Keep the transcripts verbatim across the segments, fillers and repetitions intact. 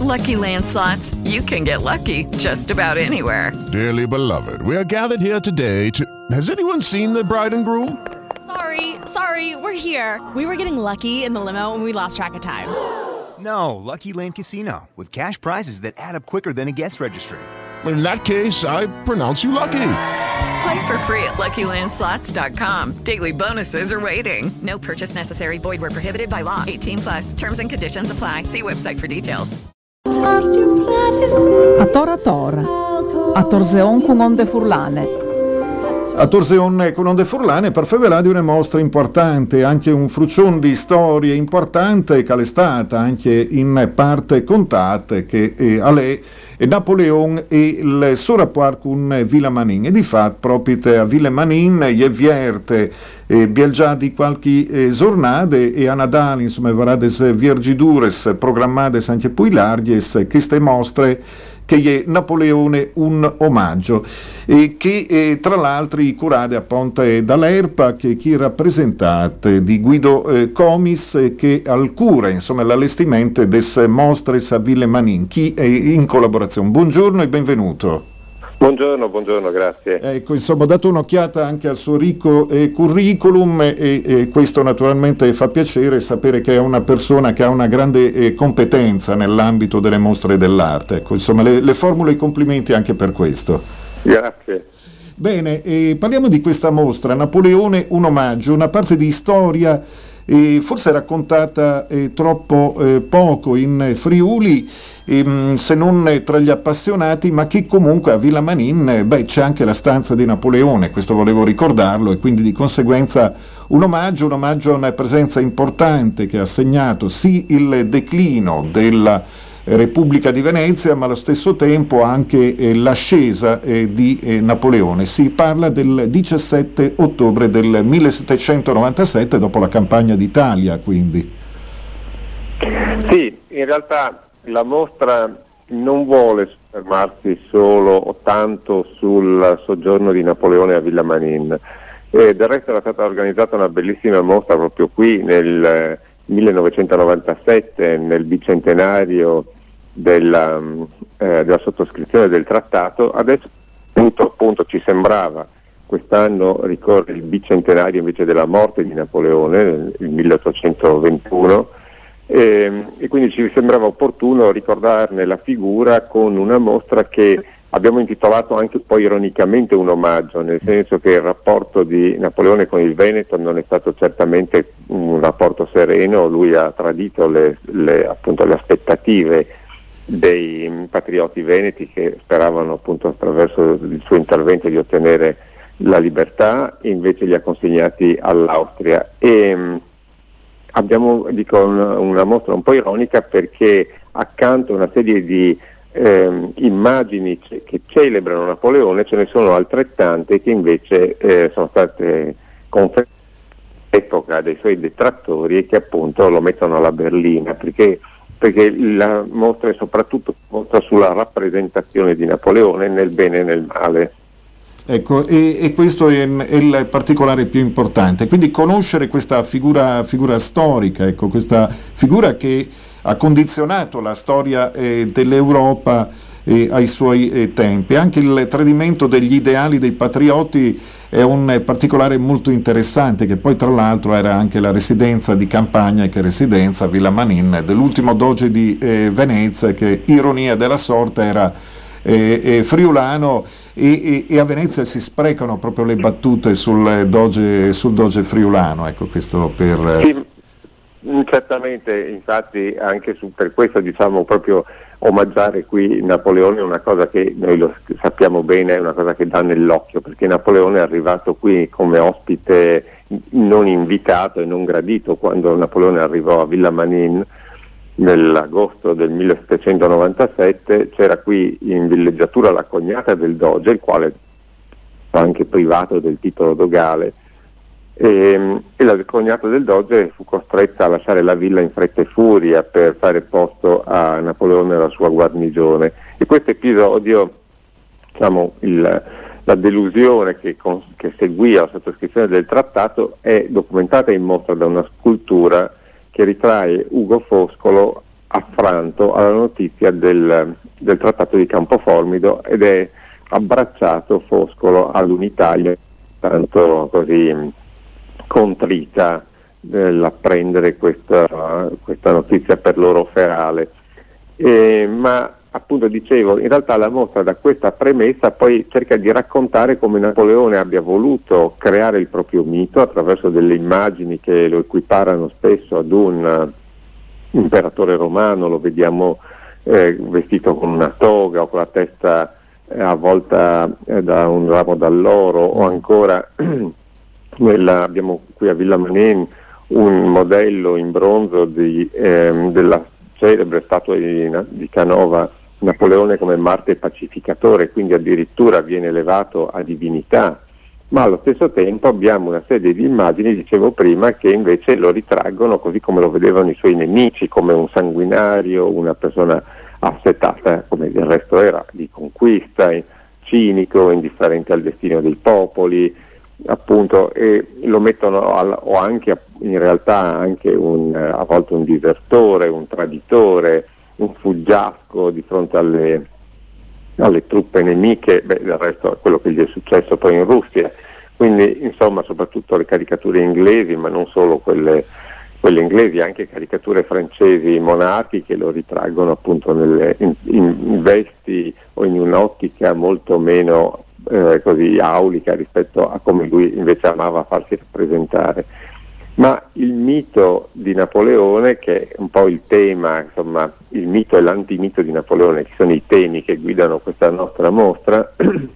Lucky Land Slots, you can get lucky just about anywhere. Dearly beloved, we are gathered here today to... Has anyone seen the bride and groom? Sorry, sorry, we're here. We were getting lucky in the limo and we lost track of time. No, Lucky Land Casino, with cash prizes that add up quicker than a guest registry. In that case, I pronounce you lucky. Play for free at Lucky Land Slots dot com. Daily bonuses are waiting. No purchase necessary. Void where prohibited by law. eighteen plus. Terms and conditions apply. See website for details. A Tora Tora, a Torseon con onde furlane. A Torseon con onde furlane per favelà di una mostra importante, anche un frucion di storie importante che è stata anche in parte contate che eh, a lei e Napoleon e il suo rapporto con Villa Manin e di fatto proprio a Villa Manin gli vierte eh, già di qualche eh, giornate e a Natale insomma varades viergidures programmate anche poi larghes queste mostre che è Napoleone un omaggio e che eh, tra l'altro curate appunto dall'Erpa che chi rappresentate di Guido eh, Comis eh, che al cura insomma l'allestimento des mostres a Villa Manin chi è in collaborazione. Buongiorno e benvenuto. Buongiorno, buongiorno, grazie. Ecco, insomma, ho dato un'occhiata anche al suo ricco eh, curriculum e, e questo naturalmente fa piacere sapere che è una persona che ha una grande eh, competenza nell'ambito delle mostre dell'arte. Ecco, insomma, le, le formulo i complimenti anche per questo. Grazie. Bene, eh, parliamo di questa mostra, Napoleone un omaggio, una parte di storia eh, forse raccontata eh, troppo eh, poco in Friuli, ehm, se non tra gli appassionati, ma che comunque a Villa Manin eh, beh, c'è anche la stanza di Napoleone, questo volevo ricordarlo, e quindi di conseguenza un omaggio, un omaggio a una presenza importante che ha segnato sì il declino della Repubblica di Venezia, ma allo stesso tempo anche eh, l'ascesa eh, di eh, Napoleone. Si parla del diciassette ottobre del millesettecentonovantasette, dopo la campagna d'Italia, quindi. Sì, in realtà la mostra non vuole fermarsi solo o tanto sul soggiorno di Napoleone a Villa Manin. E del resto era stata organizzata una bellissima mostra proprio qui nel millenovecentonovantasette, nel bicentenario della, eh, della sottoscrizione del trattato. Adesso appunto, appunto ci sembrava, quest'anno ricorre il bicentenario invece della morte di Napoleone, il milleottocentoventuno, e, e quindi ci sembrava opportuno ricordarne la figura con una mostra che abbiamo intitolato anche un po' ironicamente un omaggio, nel senso che il rapporto di Napoleone con il Veneto non è stato certamente un rapporto sereno, lui ha tradito le, le, appunto, le aspettative dei patrioti veneti che speravano appunto attraverso il suo intervento di ottenere la libertà, e invece li ha consegnati all'Austria. E mh, abbiamo dico, una, una mostra un po' ironica perché accanto a una serie di Eh, immagini c- che celebrano Napoleone ce ne sono altrettante che invece eh, sono state confermate all'epoca dai suoi detrattori e che appunto lo mettono alla berlina, perché, perché la mostra è soprattutto mostra sulla rappresentazione di Napoleone nel bene e nel male. Ecco, e, e questo è, è il particolare più importante, quindi conoscere questa figura, figura storica, ecco, questa figura che ha condizionato la storia eh, dell'Europa eh, ai suoi eh, tempi. Anche il tradimento degli ideali dei patrioti è un eh, particolare molto interessante, che poi tra l'altro era anche la residenza di campagna e che residenza Villa Manin dell'ultimo doge di eh, Venezia, che ironia della sorte era eh, eh, friulano, e, e, e a Venezia si sprecano proprio le battute sul doge, sul doge friulano, ecco, questo per... Sì. Certamente, infatti anche su, per questo diciamo proprio omaggiare qui Napoleone è una cosa che noi lo sappiamo bene, è una cosa che dà nell'occhio, perché Napoleone è arrivato qui come ospite non invitato e non gradito. Quando Napoleone arrivò a Villa Manin nell'agosto del millesettecentonovantasette c'era qui in villeggiatura la cognata del doge, il quale fu anche privato del titolo dogale. E, e la cognata del doge fu costretta a lasciare la villa in fretta e furia per fare posto a Napoleone e alla sua guarnigione, e questo episodio, diciamo, il, la delusione che, con, che seguì alla sottoscrizione del trattato è documentata in mostra da una scultura che ritrae Ugo Foscolo affranto alla notizia del, del trattato di Campoformido ed è abbracciato Foscolo all'Unitalia, tanto così contrita nell'apprendere questa, questa notizia per loro ferale. Eh, ma appunto dicevo, in realtà la mostra da questa premessa poi cerca di raccontare come Napoleone abbia voluto creare il proprio mito attraverso delle immagini che lo equiparano spesso ad un uh, imperatore romano, lo vediamo eh, vestito con una toga o con la testa eh, avvolta eh, da un ramo d'alloro, o ancora nella, abbiamo qui a Villa Manin un modello in bronzo di, ehm, della celebre statua di, di Canova, Napoleone come Marte pacificatore, quindi addirittura viene elevato a divinità, ma allo stesso tempo abbiamo una serie di immagini, dicevo prima, che invece lo ritraggono così come lo vedevano i suoi nemici, come un sanguinario, una persona assetata, come del resto era, di conquista, cinico, indifferente al destino dei popoli, appunto, e lo mettono al, o anche in realtà anche un, a volte un disertore, un traditore, un fuggiasco di fronte alle, alle truppe nemiche. Beh, del resto è quello che gli è successo poi in Russia, quindi insomma soprattutto le caricature inglesi, ma non solo quelle, quelle inglesi, anche caricature francesi monarchiche lo ritraggono appunto nelle, in, in vesti o in un'ottica molto meno eh, così aulica rispetto a come lui invece amava farsi rappresentare. Ma il mito di Napoleone, che è un po' il tema, insomma, il mito e l'antimito di Napoleone, che sono i temi che guidano questa nostra mostra,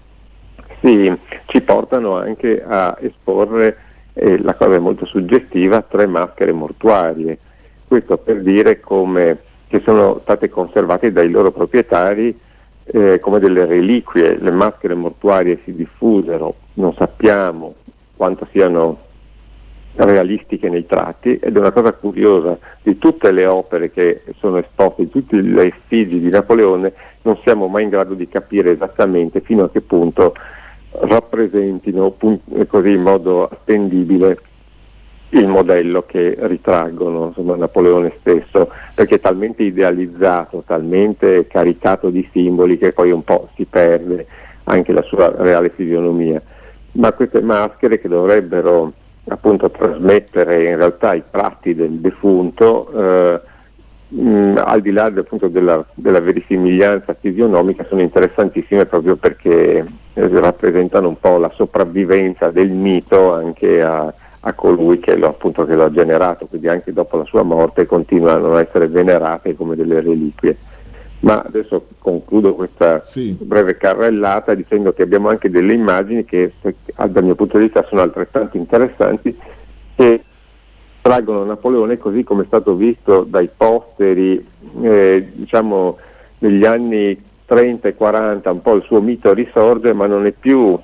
sì, ci portano anche a esporre, eh, la cosa è molto suggestiva, tre maschere mortuarie. Questo per dire come che sono state conservate dai loro proprietari eh, come delle reliquie. Le maschere mortuarie si diffusero, non sappiamo quanto siano realistiche nei tratti, ed è una cosa curiosa: di tutte le opere che sono esposte, di tutte le effigi di Napoleone, non siamo mai in grado di capire esattamente fino a che punto rappresentino così in modo attendibile il modello che ritraggono, insomma, Napoleone stesso, perché è talmente idealizzato, talmente caricato di simboli che poi un po' si perde anche la sua reale fisionomia. Ma queste maschere, che dovrebbero appunto trasmettere in realtà i tratti del defunto, eh, mh, al di là appunto della, della verisimiglianza fisionomica, sono interessantissime proprio perché eh, rappresentano un po' la sopravvivenza del mito anche a, a colui che lo, appunto, che lo ha generato, quindi anche dopo la sua morte continuano a essere venerate come delle reliquie. Ma adesso concludo questa sì. breve carrellata dicendo che abbiamo anche delle immagini che dal mio punto di vista sono altrettanto interessanti, che traggono Napoleone così come è stato visto dai posteri eh, diciamo negli anni trenta e quaranta. Un po' il suo mito risorge, ma non è più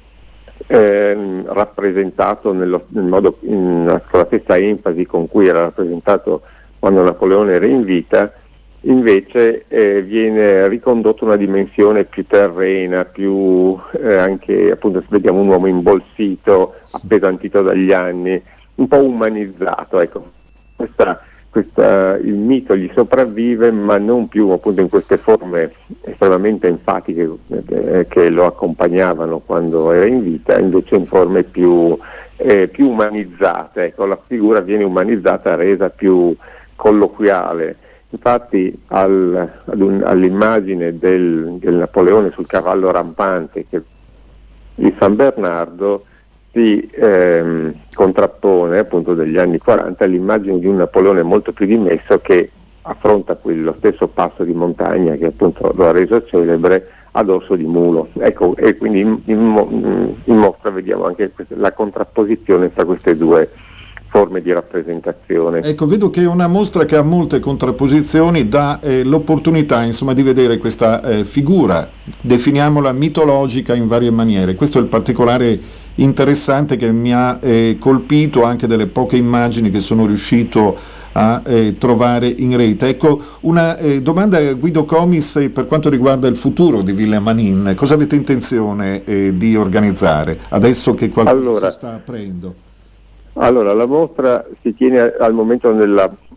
eh, rappresentato nello, nel modo, in, con la stessa enfasi con cui era rappresentato quando Napoleone era in vita. Invece eh, viene ricondotto una dimensione più terrena, più eh, anche appunto vediamo un uomo imbolsito, appesantito dagli anni, un po' umanizzato, ecco. Questa, questa, il mito gli sopravvive, ma non più appunto in queste forme estremamente enfatiche eh, che lo accompagnavano quando era in vita, invece in forme più, eh, più umanizzate, ecco. La figura viene umanizzata, resa più colloquiale. Infatti al, ad un, all'immagine del, del Napoleone sul cavallo rampante che, di San Bernardo si ehm, contrappone appunto degli anni quaranta l'immagine di un Napoleone molto più dimesso che affronta quello stesso passo di montagna che appunto lo ha reso celebre a dorso di mulo. Ecco, e quindi in, in, in mostra vediamo anche questa, la contrapposizione tra queste due forme di rappresentazione. Ecco, vedo che è una mostra che ha molte contrapposizioni, dà eh, l'opportunità insomma di vedere questa eh, figura, definiamola mitologica in varie maniere. Questo è il particolare interessante che mi ha eh, colpito anche delle poche immagini che sono riuscito a eh, trovare in rete. Ecco, una eh, domanda a Guido Comis eh, per quanto riguarda il futuro di Villa Manin. Cosa avete intenzione eh, di organizzare adesso che qualcosa allora, si sta aprendo? Allora, la mostra si tiene al momento nella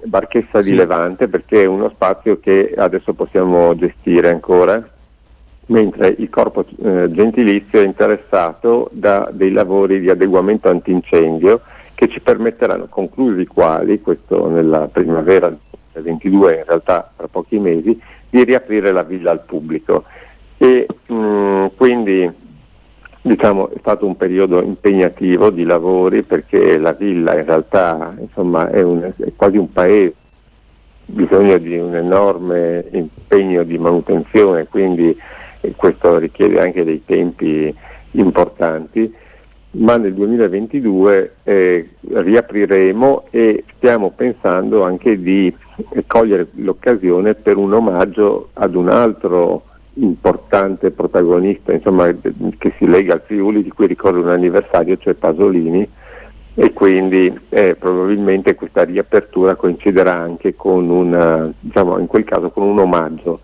Barchessa sì. di Levante, perché è uno spazio che adesso possiamo gestire ancora, mentre il corpo eh, gentilizio è interessato da dei lavori di adeguamento antincendio che ci permetteranno, conclusi i quali, questo nella primavera del ventidue, in realtà tra pochi mesi, di riaprire la villa al pubblico. E mh, quindi diciamo è stato un periodo impegnativo di lavori, perché la villa in realtà insomma è, un, è quasi un paese, bisogna di un enorme impegno di manutenzione, quindi questo richiede anche dei tempi importanti, ma nel duemilaventidue eh, riapriremo e stiamo pensando anche di eh, cogliere l'occasione per un omaggio ad un altro importante protagonista, insomma, che si lega al Friuli, di cui ricordo un anniversario, cioè Pasolini, e quindi eh, probabilmente questa riapertura coinciderà anche con una, diciamo, in quel caso con un omaggio.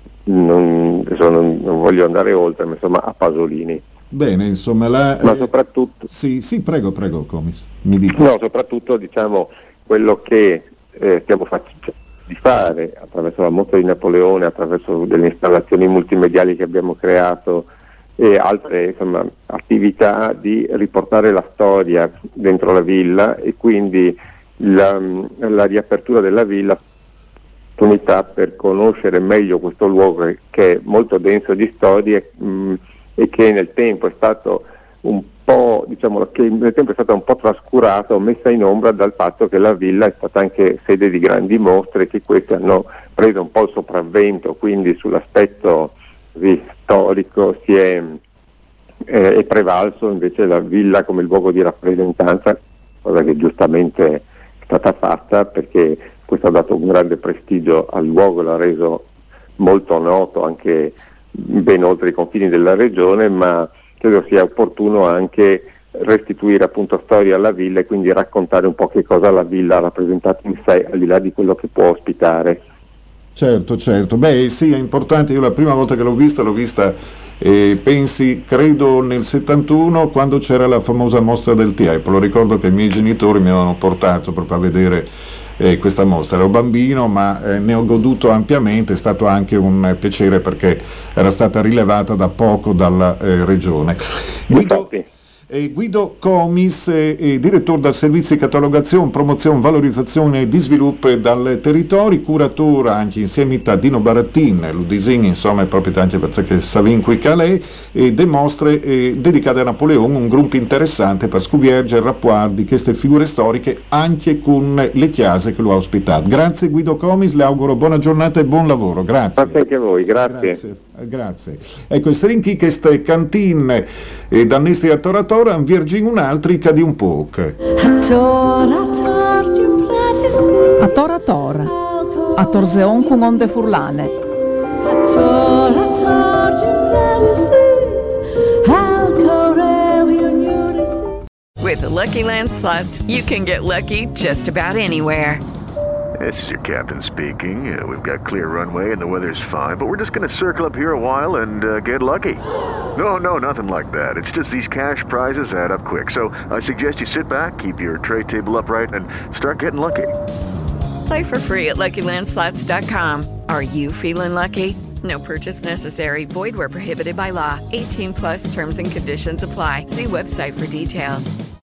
Non, non, non voglio andare oltre, ma insomma a Pasolini. Bene, insomma, la, ma eh, soprattutto sì, sì, prego, prego, Comis, mi dica. No, soprattutto diciamo quello che eh, stiamo facendo di fare attraverso la mostra di Napoleone, attraverso delle installazioni multimediali che abbiamo creato e altre insomma attività di riportare la storia dentro la villa, e quindi la, la riapertura della villa opportunità per conoscere meglio questo luogo che è molto denso di storie mh, e che nel tempo è stato un po', diciamo, che nel tempo è stata un po' trascurata o messa in ombra dal fatto che la villa è stata anche sede di grandi mostre, che queste hanno preso un po' il sopravvento, quindi sull'aspetto così, storico si è, eh, è prevalso invece la villa come luogo di rappresentanza, cosa che giustamente è stata fatta, perché questo ha dato un grande prestigio al luogo, l'ha reso molto noto anche ben oltre i confini della regione, ma credo sia opportuno anche restituire appunto storia alla villa e quindi raccontare un po' che cosa la villa ha rappresentato in sé, al di là di quello che può ospitare. Certo, certo, beh sì, è importante. Io la prima volta che l'ho vista, l'ho vista eh, pensi, credo nel settantuno, quando c'era la famosa mostra del Tiepolo. Ricordo che i miei genitori mi avevano portato proprio a vedere eh, questa mostra. Ero bambino, ma eh, ne ho goduto ampiamente, è stato anche un eh, piacere perché era stata rilevata da poco dalla eh, regione. Guido, Infatti. Eh, Guido Comis, eh, eh, direttore del servizio di catalogazione, promozione, valorizzazione e di sviluppo dal territorio, curatore anche insieme a Dino Barattin, lo disegno insomma è proprio anche perché Savin qui Calais, e de mostre eh, dedicate a Napoleone, un gruppo interessante per scoprire rapporti queste figure storiche anche con le chiese che lo ha ospitato. Grazie Guido Comis, le auguro buona giornata e buon lavoro, grazie. Grazie anche a voi, grazie. Grazie. Grazie. Ecco, strinchi queste cantine e da Nestri a Toratora, un virgin un altri che di un poco. A Tora Tora, a Torseon con onde furlane. With the Lucky Land Slots, you can get lucky just about anywhere. This is your captain speaking. Uh, we've got clear runway and the weather's fine, but we're just going to circle up here a while and uh, get lucky. No, no, nothing like that. It's just these cash prizes add up quick. So I suggest you sit back, keep your tray table upright, and start getting lucky. Play for free at Lucky Land Slots dot com. Are you feeling lucky? No purchase necessary. Void where prohibited by law. eighteen plus terms and conditions apply. See website for details.